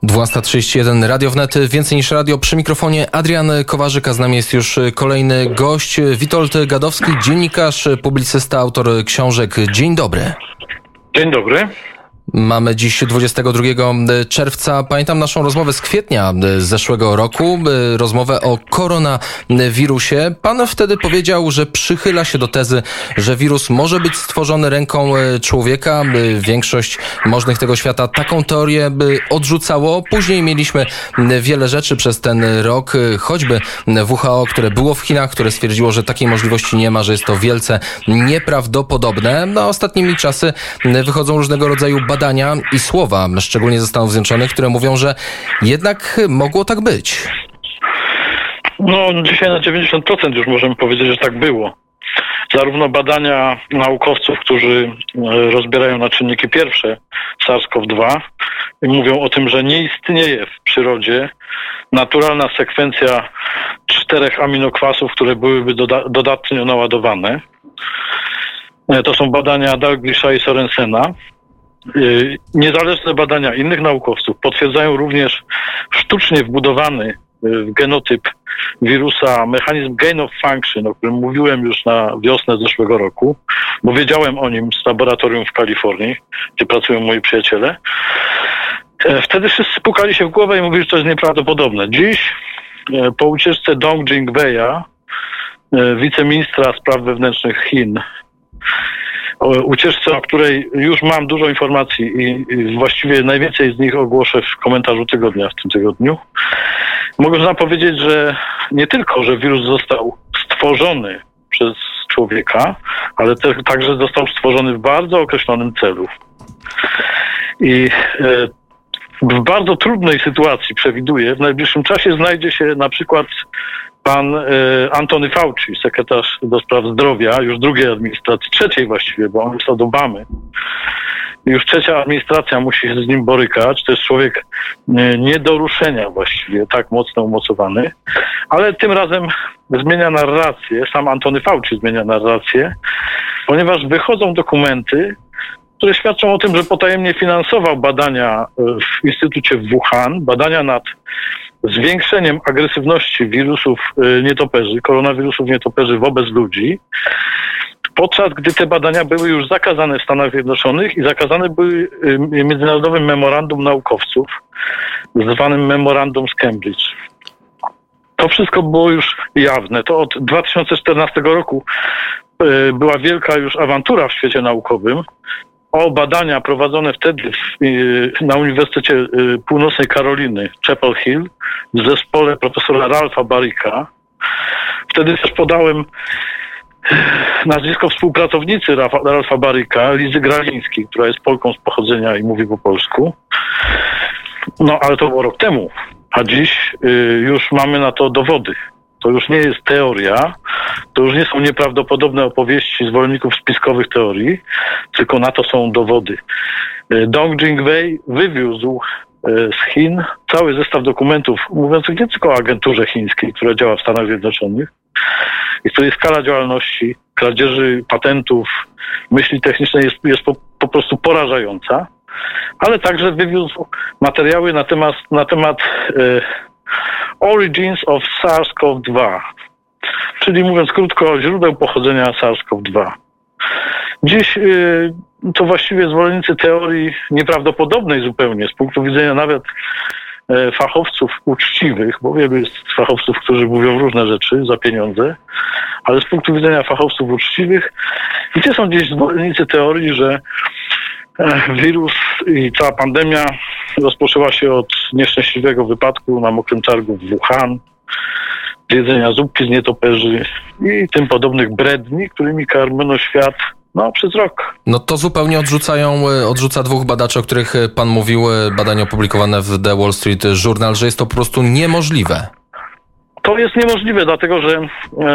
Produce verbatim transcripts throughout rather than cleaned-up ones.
dwunasta trzydzieści jeden, Radio Wnet, więcej niż radio. Przy mikrofonie Adrian Kowarzyk, a z nami jest już kolejny gość, Witold Gadowski, dziennikarz, publicysta, autor książek. Dzień dobry. Dzień dobry. Mamy dziś dwudziestego drugiego czerwca. Pamiętam naszą rozmowę z kwietnia zeszłego roku, rozmowę o koronawirusie. Pan wtedy powiedział, że przychyla się do tezy, że wirus może być stworzony ręką człowieka. Większość możnych tego świata taką teorię odrzucało. Później mieliśmy wiele rzeczy przez ten rok, choćby W H O, które było w Chinach, które stwierdziło, że takiej możliwości nie ma, że jest to wielce nieprawdopodobne. Na ostatnimi czasy wychodzą różnego rodzaju badania i słowa, szczególnie ze Stanów Zjednoczonych, które mówią, że jednak mogło tak być. No, dzisiaj na dziewięćdziesiąt procent już możemy powiedzieć, że tak było. Zarówno badania naukowców, którzy rozbierają na czynniki pierwsze SARS-CoV dwa i mówią o tym, że nie istnieje w przyrodzie naturalna sekwencja czterech aminokwasów, które byłyby doda- dodatnio naładowane. To są badania Dalglisza i Sorensena. Niezależne badania innych naukowców potwierdzają również sztucznie wbudowany w genotyp wirusa mechanizm gain of function, o którym mówiłem już na wiosnę zeszłego roku, bo wiedziałem o nim z laboratorium w Kalifornii, gdzie pracują moi przyjaciele. Wtedy wszyscy pukali się w głowę i mówili, że to jest nieprawdopodobne. Dziś po ucieczce Dong Jingweia, wiceministra spraw wewnętrznych Chin, ucieczce, o której już mam dużo informacji i, i właściwie najwięcej z nich ogłoszę w komentarzu tygodnia w tym tygodniu. Można powiedzieć, że nie tylko, że wirus został stworzony przez człowieka, ale też, także został stworzony w bardzo określonym celu. I e, w bardzo trudnej sytuacji przewiduję, w najbliższym czasie znajdzie się na przykład pan e, Antony Fauci, sekretarz do spraw zdrowia, już drugiej administracji, trzeciej właściwie, bo on jest od Obamy. Już trzecia administracja musi się z nim borykać. To jest człowiek e, nie do ruszenia właściwie, tak mocno umocowany. Ale tym razem zmienia narrację, sam Antony Fauci zmienia narrację, ponieważ wychodzą dokumenty, które świadczą o tym, że potajemnie finansował badania w Instytucie w Wuhan, badania nad zwiększeniem agresywności wirusów nietoperzy, koronawirusów nietoperzy wobec ludzi, podczas gdy te badania były już zakazane w Stanach Zjednoczonych i zakazane były międzynarodowym memorandum naukowców, zwanym memorandum z Cambridge. To wszystko było już jawne. To od dwa tysiące czternastego roku była wielka już awantura w świecie naukowym o badania prowadzone wtedy w, na Uniwersytecie Północnej Karoliny, Chapel Hill, w zespole profesora Ralpha Barricka. Wtedy też podałem nazwisko współpracownicy Ralpha Barricka, Lizy Gralińskiej, która jest Polką z pochodzenia i mówi po polsku. No, ale to było rok temu, a dziś y, już mamy na to dowody. To już nie jest teoria, to już nie są nieprawdopodobne opowieści zwolenników spiskowych teorii, tylko na to są dowody. Dong Jingwei wywiózł z Chin cały zestaw dokumentów mówiących nie tylko o agenturze chińskiej, która działa w Stanach Zjednoczonych i której skala działalności, kradzieży patentów, myśli technicznej jest, jest po, po prostu porażająca, ale także wywiózł materiały na temat, na temat e, Origins of SARS-CoV dwa, czyli mówiąc krótko, źródeł pochodzenia SARS-CoV dwa. Dziś yy, to właściwie zwolennicy teorii nieprawdopodobnej zupełnie, z punktu widzenia nawet e, fachowców uczciwych, bo wielu jest fachowców, którzy mówią różne rzeczy za pieniądze, ale z punktu widzenia fachowców uczciwych, gdzie są dziś zwolennicy teorii, że e, wirus i cała pandemia rozpoczęła się od nieszczęśliwego wypadku na Mokrym Targu w Wuhan, jedzenia zupki z nietoperzy i tym podobnych bredni, którymi karmiono świat no, przez rok. No to zupełnie odrzucają, odrzuca dwóch badaczy, o których pan mówił, badania opublikowane w The Wall Street Journal, że jest to po prostu niemożliwe. To jest niemożliwe, dlatego że e,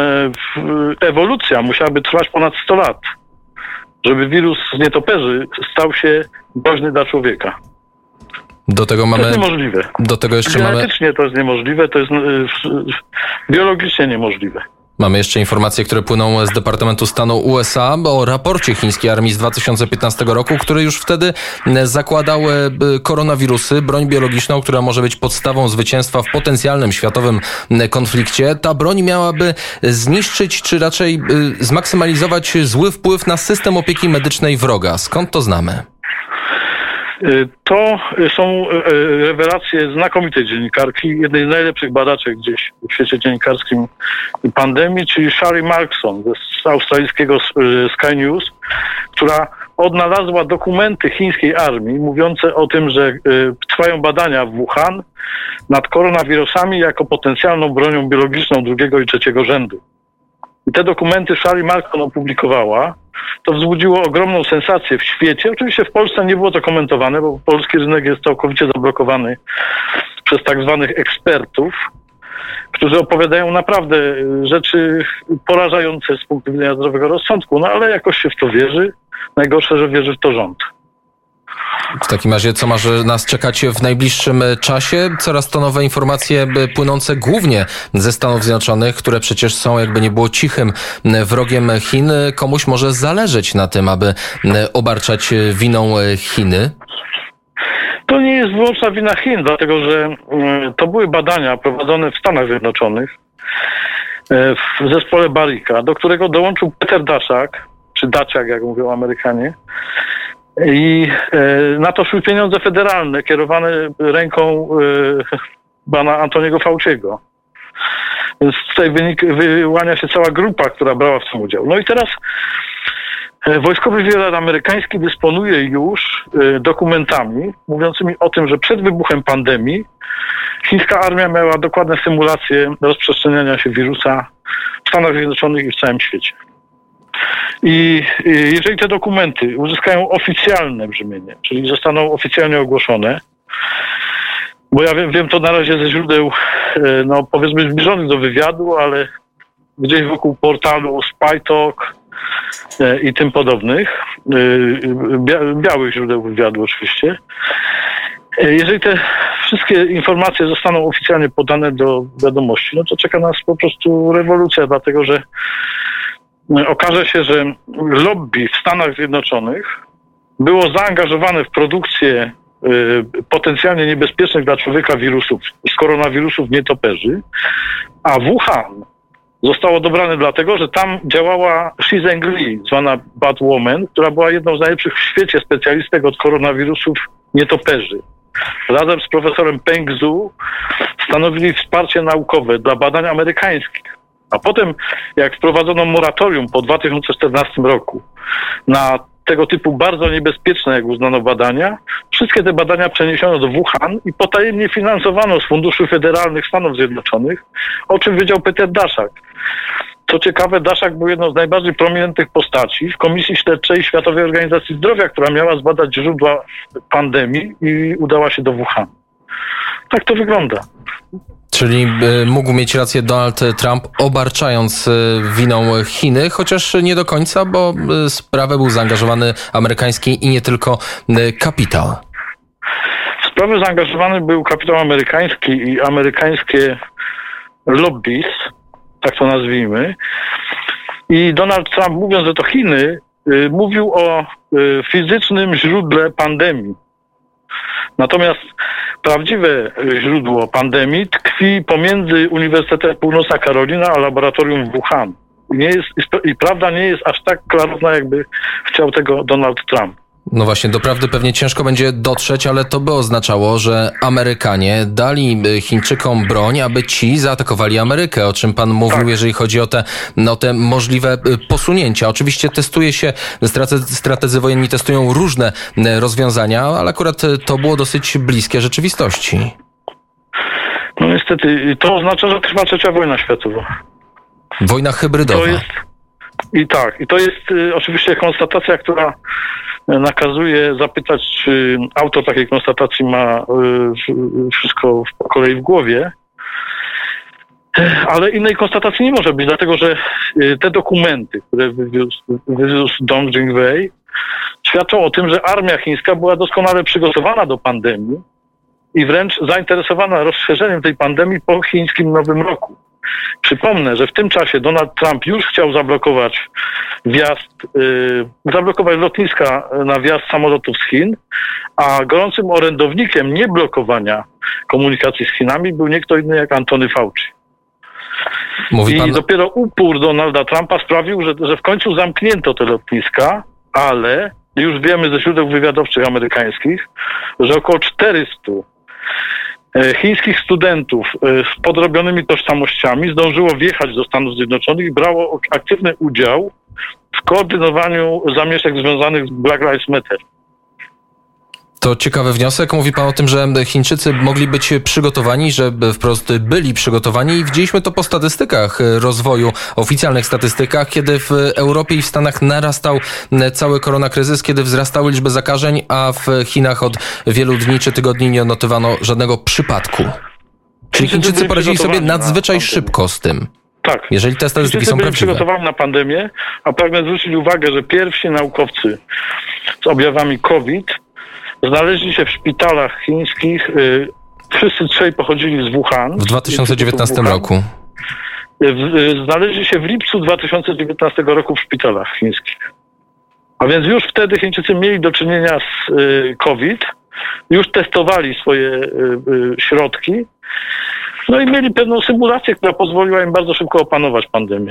ewolucja musiałaby trwać ponad sto lat, żeby wirus z nietoperzy stał się groźny dla człowieka. Do tego mamy... To jest niemożliwe. Do tego jeszcze mamy... Genetycznie to jest niemożliwe, to jest biologicznie niemożliwe. Mamy jeszcze informacje, które płyną z Departamentu Stanu U S A o raporcie chińskiej armii z dwa tysiące piętnastego roku, który już wtedy zakładał koronawirusy, broń biologiczną, która może być podstawą zwycięstwa w potencjalnym światowym konflikcie. Ta broń miałaby zniszczyć, czy raczej zmaksymalizować zły wpływ na system opieki medycznej wroga. Skąd to znamy? To są rewelacje znakomitej dziennikarki, jednej z najlepszych badaczek gdzieś w świecie dziennikarskim pandemii, czyli Sherry Markson z australijskiego Sky News, która odnalazła dokumenty chińskiej armii mówiące o tym, że trwają badania w Wuhan nad koronawirusami jako potencjalną bronią biologiczną drugiego i trzeciego rzędu. I te dokumenty Sherry Markson opublikowała. To wzbudziło ogromną sensację w świecie. Oczywiście w Polsce nie było to komentowane, bo polski rynek jest całkowicie zablokowany przez tak zwanych ekspertów, którzy opowiadają naprawdę rzeczy porażające z punktu widzenia zdrowego rozsądku, no ale jakoś się w to wierzy. Najgorsze, że wierzy w to rząd. W takim razie, co może nas czekać w najbliższym czasie? Coraz to nowe informacje płynące głównie ze Stanów Zjednoczonych, które przecież są, jakby nie było, cichym wrogiem Chin. Komuś może zależeć na tym, aby obarczać winą Chiny? To nie jest wyłączna wina Chin, dlatego że to były badania prowadzone w Stanach Zjednoczonych w zespole Barricka, do którego dołączył Peter Daszak, czy Daciak, jak mówią Amerykanie. I na to szły pieniądze federalne kierowane ręką pana Antoniego Fauciego. Więc tutaj wynik, wyłania się cała grupa, która brała w tym udział. No i teraz Wojskowy Wywiad Amerykański dysponuje już dokumentami mówiącymi o tym, że przed wybuchem pandemii chińska armia miała dokładne symulacje rozprzestrzeniania się wirusa w Stanach Zjednoczonych i w całym świecie. I jeżeli te dokumenty uzyskają oficjalne brzmienie, czyli zostaną oficjalnie ogłoszone, bo ja wiem, wiem to na razie ze źródeł, no powiedzmy zbliżonych do wywiadu, ale gdzieś wokół portalu SpyTalk i tym podobnych, białych źródeł wywiadu oczywiście. Jeżeli te wszystkie informacje zostaną oficjalnie podane do wiadomości, no to czeka nas po prostu rewolucja, dlatego że okaże się, że lobby w Stanach Zjednoczonych było zaangażowane w produkcję y, potencjalnie niebezpiecznych dla człowieka wirusów, z koronawirusów nietoperzy, a Wuhan zostało dobrane dlatego, że tam działała Xi Zhengli, zwana Batwoman, która była jedną z najlepszych w świecie specjalistek od koronawirusów nietoperzy. Razem z profesorem Peng Zhu stanowili wsparcie naukowe dla badań amerykańskich. A potem, jak wprowadzono moratorium po dwa tysiące czternastym roku na tego typu bardzo niebezpieczne, jak uznano, badania, wszystkie te badania przeniesiono do Wuhan i potajemnie finansowano z funduszy federalnych Stanów Zjednoczonych, o czym wiedział Peter Daszak. Co ciekawe, Daszak był jedną z najbardziej prominentnych postaci w Komisji Śledczej Światowej Organizacji Zdrowia, która miała zbadać źródła pandemii i udała się do Wuhan. Tak to wygląda. Czyli y, mógł mieć rację Donald Trump, obarczając y, winą Chiny, chociaż nie do końca, bo y, sprawę był zaangażowany amerykański i nie tylko y, kapitał. W sprawę zaangażowany był kapitał amerykański i amerykańskie lobbies, tak to nazwijmy. I Donald Trump, mówiąc, że to Chiny, y, mówił o y, fizycznym źródle pandemii. Natomiast prawdziwe źródło pandemii tkwi pomiędzy Uniwersytetem Północna Karolina a laboratorium w Wuhan. I, nie jest, I prawda nie jest aż tak klarowna, jakby chciał tego Donald Trump. No właśnie, doprawdy pewnie ciężko będzie dotrzeć, ale to by oznaczało, że Amerykanie dali Chińczykom broń, aby ci zaatakowali Amerykę, o czym pan mówił, tak, jeżeli chodzi o te, no, te możliwe posunięcia. Oczywiście testuje się, strategzy wojenni testują różne rozwiązania, ale akurat to było dosyć bliskie rzeczywistości. No niestety, to oznacza, że trwa trzecia wojna światowa. Wojna hybrydowa. To jest, I tak, i to jest y, oczywiście konstatacja, która nakazuje zapytać, czy autor takiej konstatacji ma y, wszystko po kolei w głowie. Ale innej konstatacji nie może być, dlatego że y, te dokumenty, które wywiózł, wywiózł Dong Jingwei, świadczą o tym, że armia chińska była doskonale przygotowana do pandemii i wręcz zainteresowana rozszerzeniem tej pandemii po chińskim Nowym Roku. Przypomnę, że w tym czasie Donald Trump już chciał zablokować wjazd, yy, zablokować lotniska na wjazd samolotów z Chin, a gorącym orędownikiem nieblokowania komunikacji z Chinami był nie kto inny jak Antony Fauci. Mówi I pan... dopiero upór Donalda Trumpa sprawił, że, że w końcu zamknięto te lotniska, ale już wiemy ze źródeł wywiadowczych amerykańskich, że około czterysta chińskich studentów z podrobionymi tożsamościami zdążyło wjechać do Stanów Zjednoczonych i brało aktywny udział w koordynowaniu zamieszek związanych z Black Lives Matter. To ciekawy wniosek. Mówi pan o tym, że Chińczycy mogli być przygotowani, że wprost byli przygotowani i widzieliśmy to po statystykach rozwoju, oficjalnych statystykach, kiedy w Europie i w Stanach narastał cały koronakryzys, kiedy wzrastały liczby zakażeń, a w Chinach od wielu dni czy tygodni nie odnotowano żadnego przypadku. Czyli Chińczycy poradzili sobie nadzwyczaj szybko z tym. Tak. Jeżeli te statystyki są prawdziwe. Przygotowani na pandemię, a pragnę zwrócić uwagę, że pierwsi naukowcy z objawami COVID znaleźli się w szpitalach chińskich. Wszyscy trzej pochodzili z Wuhan. W dwa tysiące dziewiętnastym roku. Znaleźli się w lipcu dwa tysiące dziewiętnastego roku w szpitalach chińskich. A więc już wtedy Chińczycy mieli do czynienia z COVID, już testowali swoje środki, no i mieli pewną symulację, która pozwoliła im bardzo szybko opanować pandemię.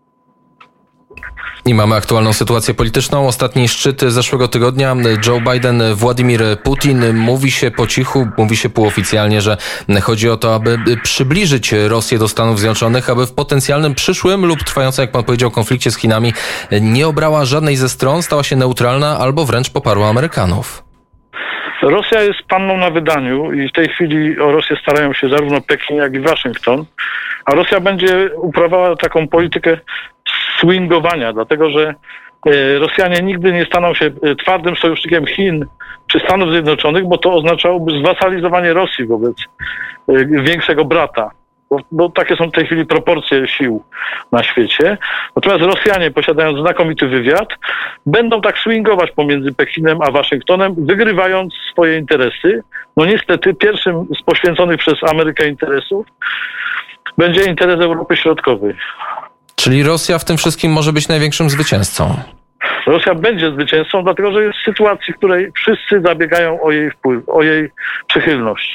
I mamy aktualną sytuację polityczną. Ostatni szczyt zeszłego tygodnia. Joe Biden, Władimir Putin. Mówi się po cichu, mówi się półoficjalnie, że chodzi o to, aby przybliżyć Rosję do Stanów Zjednoczonych, aby w potencjalnym przyszłym lub trwającym, jak pan powiedział, konflikcie z Chinami nie obrała żadnej ze stron, stała się neutralna albo wręcz poparła Amerykanów. Rosja jest panną na wydaniu i w tej chwili o Rosję starają się zarówno Pekin, jak i Waszyngton, a Rosja będzie uprawiała taką politykę swingowania, dlatego że Rosjanie nigdy nie staną się twardym sojusznikiem Chin czy Stanów Zjednoczonych, bo to oznaczałoby zwasalizowanie Rosji wobec większego brata. Bo, bo takie są w tej chwili proporcje sił na świecie. Natomiast Rosjanie, posiadając znakomity wywiad, będą tak swingować pomiędzy Pekinem a Waszyngtonem, wygrywając swoje interesy. No niestety pierwszym z poświęconych przez Amerykę interesów będzie interes Europy Środkowej. Czyli Rosja w tym wszystkim może być największym zwycięzcą. Rosja będzie zwycięzcą, dlatego że jest w sytuacji, w której wszyscy zabiegają o jej wpływ, o jej przychylność.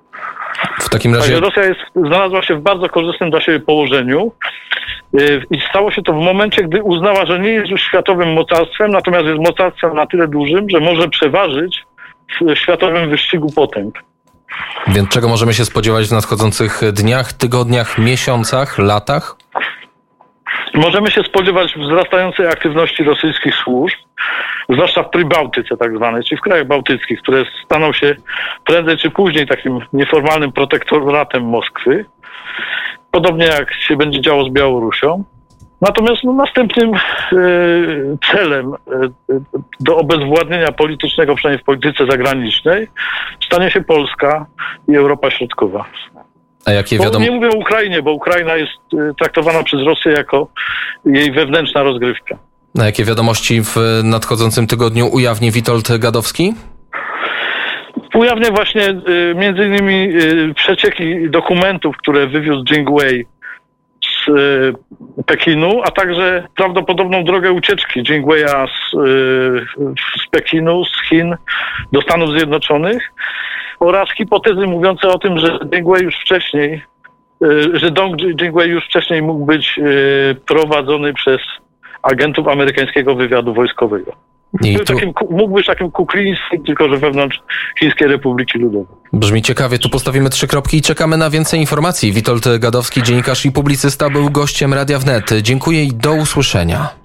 W takim razie... Także Rosja jest, znalazła się w bardzo korzystnym dla siebie położeniu i stało się to w momencie, gdy uznała, że nie jest już światowym mocarstwem, natomiast jest mocarstwem na tyle dużym, że może przeważyć w światowym wyścigu potęg. Więc czego możemy się spodziewać w nadchodzących dniach, tygodniach, miesiącach, latach? Możemy się spodziewać wzrastającej aktywności rosyjskich służb, zwłaszcza w Prybałtyce tak zwanej, czyli w krajach bałtyckich, które staną się prędzej czy później takim nieformalnym protektoratem Moskwy. Podobnie jak się będzie działo z Białorusią. Natomiast no, następnym e, celem e, do obezwładnienia politycznego, przynajmniej w polityce zagranicznej, stanie się Polska i Europa Środkowa. A jakie wiadomo... Nie mówię o Ukrainie, bo Ukraina jest traktowana przez Rosję jako jej wewnętrzna rozgrywka. A jakie wiadomości w nadchodzącym tygodniu ujawni Witold Gadowski? Ujawnię właśnie y, między innymi y, przecieki dokumentów, które wywiózł Jingwei z y, Pekinu, a także prawdopodobną drogę ucieczki Jingweia z, y, z Pekinu, z Chin do Stanów Zjednoczonych oraz hipotezy mówiące o tym, że Jingwei już wcześniej, y, że Dong Jingwei już wcześniej mógł być y, prowadzony przez agentów amerykańskiego wywiadu wojskowego. Tu... Takim, mógł być takim kuklińskim, tylko że wewnątrz Chińskiej Republiki Ludowej. Brzmi ciekawie. Tu postawimy trzy kropki i czekamy na więcej informacji. Witold Gadowski, dziennikarz i publicysta, był gościem Radia Wnet. Dziękuję i do usłyszenia.